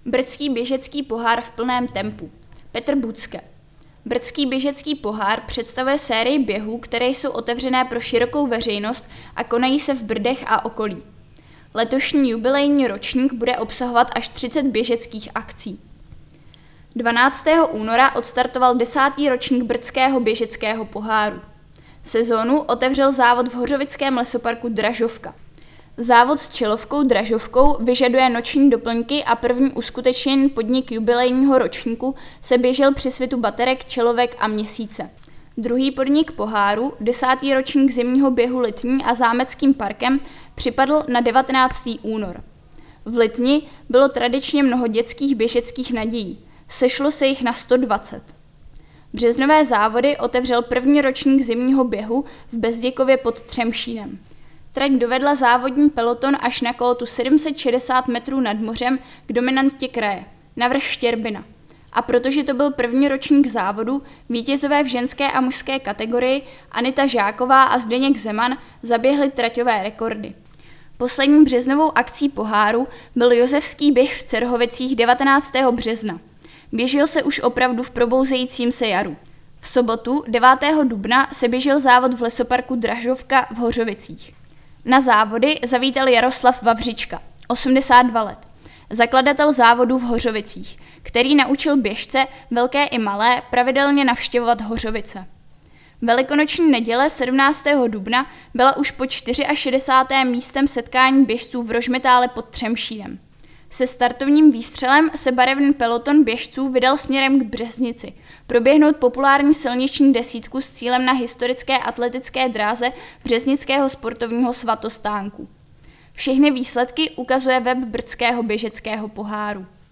Brdský běžecký pohár v plném tempu. Petr Bucke. Brdský běžecký pohár představuje sérii běhů, které jsou otevřené pro širokou veřejnost a konají se v Brdech a okolí. Letošní jubilejní ročník bude obsahovat až 30 běžeckých akcí. 12. února odstartoval 10. ročník Brdského běžeckého poháru. Sezónu otevřel závod v hořovickém lesoparku Dražovka. Závod s čelovkou Dražovkou vyžaduje noční doplňky a první uskutečněný podnik jubilejního ročníku se běžel při svitu baterek, čelovek a měsíce. Druhý podnik poháru, 10. ročník zimního běhu Litní a zámeckým parkem, připadl na 19. únor. V Litni bylo tradičně mnoho dětských běžeckých nadějí. Sešlo se jich na 120. Březnové závody otevřel první ročník zimního běhu v Bezděkově pod Třemšínem. Trať dovedla závodní peloton až na kótu 760 metrů nad mořem k dominantě kraje, na vrch Štěrbina. A protože to byl první ročník závodu, vítězové v ženské a mužské kategorii Anita Žáková a Zdeněk Zeman zaběhli traťové rekordy. Poslední březnovou akcí poháru byl Josefský běh v Cerhovicích 19. března. Běžel se už opravdu v probouzejícím se jaru. V sobotu 9. dubna se běžel závod v lesoparku Dražovka v Hořovicích. Na závody zavítal Jaroslav Vavřička, 82 let, zakladatel závodu v Hořovicích, který naučil běžce, velké i malé, pravidelně navštěvovat Hořovice. Velikonoční neděle 17. dubna byla už po 64. místem setkání běžců v Rožmitále pod Třemšínem. Se startovním výstřelem se barevný peloton běžců vydal směrem k Březnici, proběhnout populární silniční desítku s cílem na historické atletické dráze Březnického sportovního svatostánku. Všechny výsledky ukazuje web Brdského běžeckého poháru.